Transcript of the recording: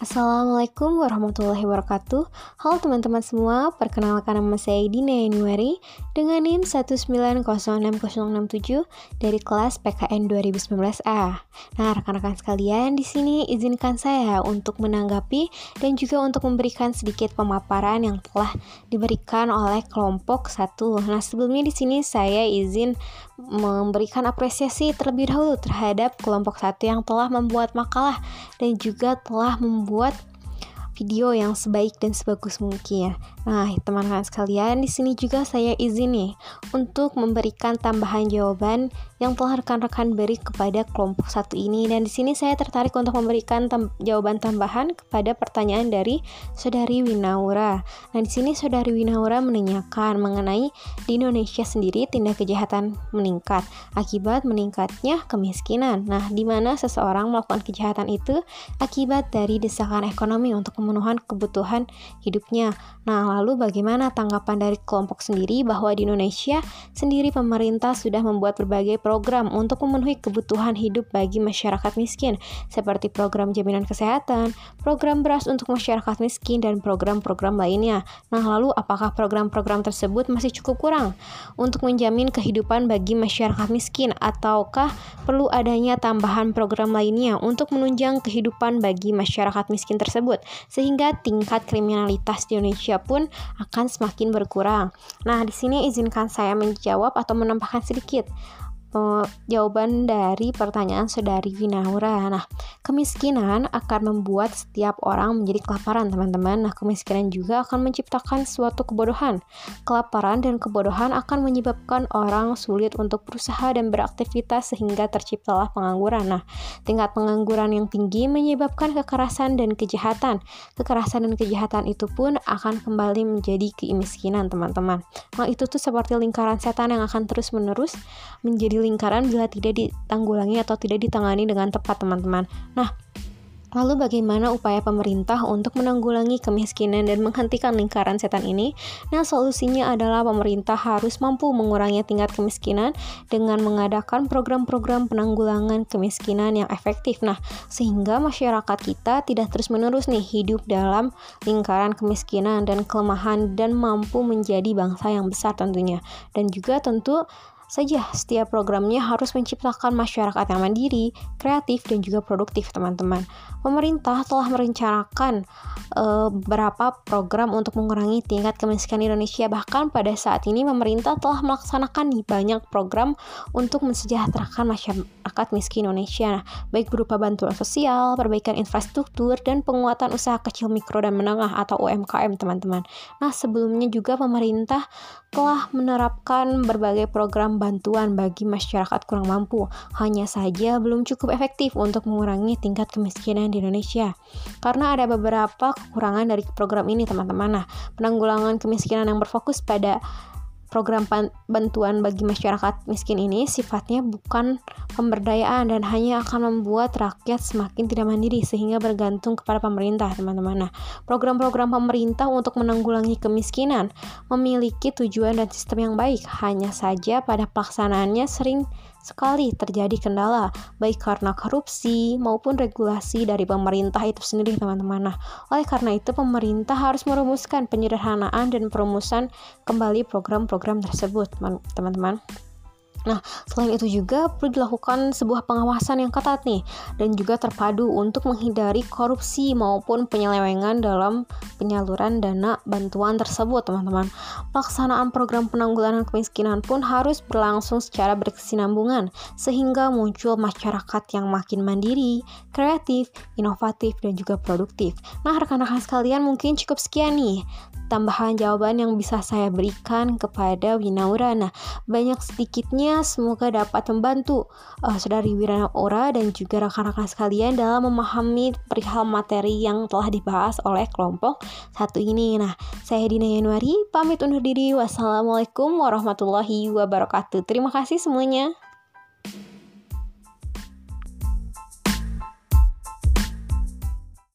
Assalamualaikum warahmatullahi wabarakatuh. Halo teman-teman semua, perkenalkan nama saya Dina Yanuari dengan NIM 1906067 dari kelas PKN 2019A. Nah, rekan-rekan sekalian, di sini izinkan saya untuk menanggapi dan juga untuk memberikan sedikit pemaparan yang telah diberikan oleh kelompok 1. Nah, sebelumnya di sini saya izin memberikan apresiasi terlebih dahulu terhadap kelompok 1 yang telah membuat makalah dan juga telah membuat video yang sebaik dan sebagus mungkin. Nah, teman-teman sekalian, di sini juga saya izin nih untuk memberikan tambahan jawaban yang telah rekan-rekan beri kepada kelompok 1 ini, dan di sini saya tertarik untuk memberikan jawaban tambahan kepada pertanyaan dari Saudari Winaura. Nah, di sini Saudari Winaura menanyakan mengenai di Indonesia sendiri tindak kejahatan meningkat akibat meningkatnya kemiskinan. Nah, di mana seseorang melakukan kejahatan itu akibat dari desakan ekonomi untuk pemenuhan kebutuhan hidupnya. Nah, lalu bagaimana tanggapan dari kelompok sendiri bahwa di Indonesia sendiri pemerintah sudah membuat berbagai program untuk memenuhi kebutuhan hidup bagi masyarakat miskin, seperti program jaminan kesehatan, program beras untuk masyarakat miskin, dan program-program lainnya. Nah, lalu apakah program-program tersebut masih cukup kurang untuk menjamin kehidupan bagi masyarakat miskin, ataukah perlu adanya tambahan program lainnya untuk menunjang kehidupan bagi masyarakat miskin tersebut, sehingga tingkat kriminalitas di Indonesia pun akan semakin berkurang. Nah, di sini izinkan saya menjawab atau menambahkan sedikit jawaban dari pertanyaan Saudari Winaura. Nah, kemiskinan akan membuat setiap orang menjadi kelaparan, teman-teman. Nah, kemiskinan juga akan menciptakan suatu kebodohan. Kelaparan dan kebodohan akan menyebabkan orang sulit untuk berusaha dan beraktivitas sehingga terciptalah pengangguran. Nah, tingkat pengangguran yang tinggi menyebabkan kekerasan dan kejahatan. Kekerasan dan kejahatan itu pun akan kembali menjadi kemiskinan, teman-teman. Nah, itu tuh seperti lingkaran setan yang akan terus-menerus menjadi lingkaran bila tidak ditanggulangi atau tidak ditangani dengan tepat, teman-teman. Nah, lalu bagaimana upaya pemerintah untuk menanggulangi kemiskinan dan menghentikan lingkaran setan ini? Nah, solusinya adalah pemerintah harus mampu mengurangi tingkat kemiskinan dengan mengadakan program-program penanggulangan kemiskinan yang efektif. Nah, sehingga masyarakat kita tidak terus-menerus nih hidup dalam lingkaran kemiskinan dan kelemahan dan mampu menjadi bangsa yang besar tentunya. Dan juga tentu saja setiap programnya harus menciptakan masyarakat yang mandiri, kreatif, dan juga produktif, teman-teman. Pemerintah telah merencanakan beberapa program untuk mengurangi tingkat kemiskinan Indonesia. Bahkan pada saat ini pemerintah telah melaksanakan banyak program untuk mensejahterakan masyarakat miskin Indonesia. Nah, baik berupa bantuan sosial, perbaikan infrastruktur, dan penguatan usaha kecil, mikro, dan menengah atau UMKM, teman-teman. Nah, sebelumnya juga pemerintah telah menerapkan berbagai program bantuan bagi masyarakat kurang mampu. Hanya saja belum cukup efektif untuk mengurangi tingkat kemiskinan di Indonesia. Karena ada beberapa kekurangan dari program ini, teman-teman. Nah, penanggulangan kemiskinan yang berfokus pada program bantuan bagi masyarakat miskin ini sifatnya bukan pemberdayaan dan hanya akan membuat rakyat semakin tidak mandiri sehingga bergantung kepada pemerintah, teman-teman. Nah, program-program pemerintah untuk menanggulangi kemiskinan memiliki tujuan dan sistem yang baik. Hanya saja pada pelaksanaannya sering sekali terjadi kendala, baik karena korupsi maupun regulasi dari pemerintah itu sendiri, teman-teman. Nah, oleh karena itu pemerintah harus merumuskan penyederhanaan dan perumusan kembali program-program tersebut, teman-teman. Nah, selain itu juga perlu dilakukan sebuah pengawasan yang ketat nih dan juga terpadu untuk menghindari korupsi maupun penyelewengan dalam penyaluran dana bantuan tersebut, teman-teman. Pelaksanaan program penanggulangan kemiskinan pun harus berlangsung secara berkesinambungan sehingga muncul masyarakat yang makin mandiri, kreatif, inovatif, dan juga produktif. Nah, rekan-rekan sekalian, mungkin cukup sekian nih tambahan jawaban yang bisa saya berikan kepada Winaura. Nah, banyak sedikitnya semoga dapat membantu Saudari Winaura dan juga rekan-rekan sekalian dalam memahami perihal materi yang telah dibahas oleh kelompok 1 ini. Nah, saya Dina Yanuari, pamit undur diri. Wassalamualaikum warahmatullahi wabarakatuh. Terima kasih semuanya.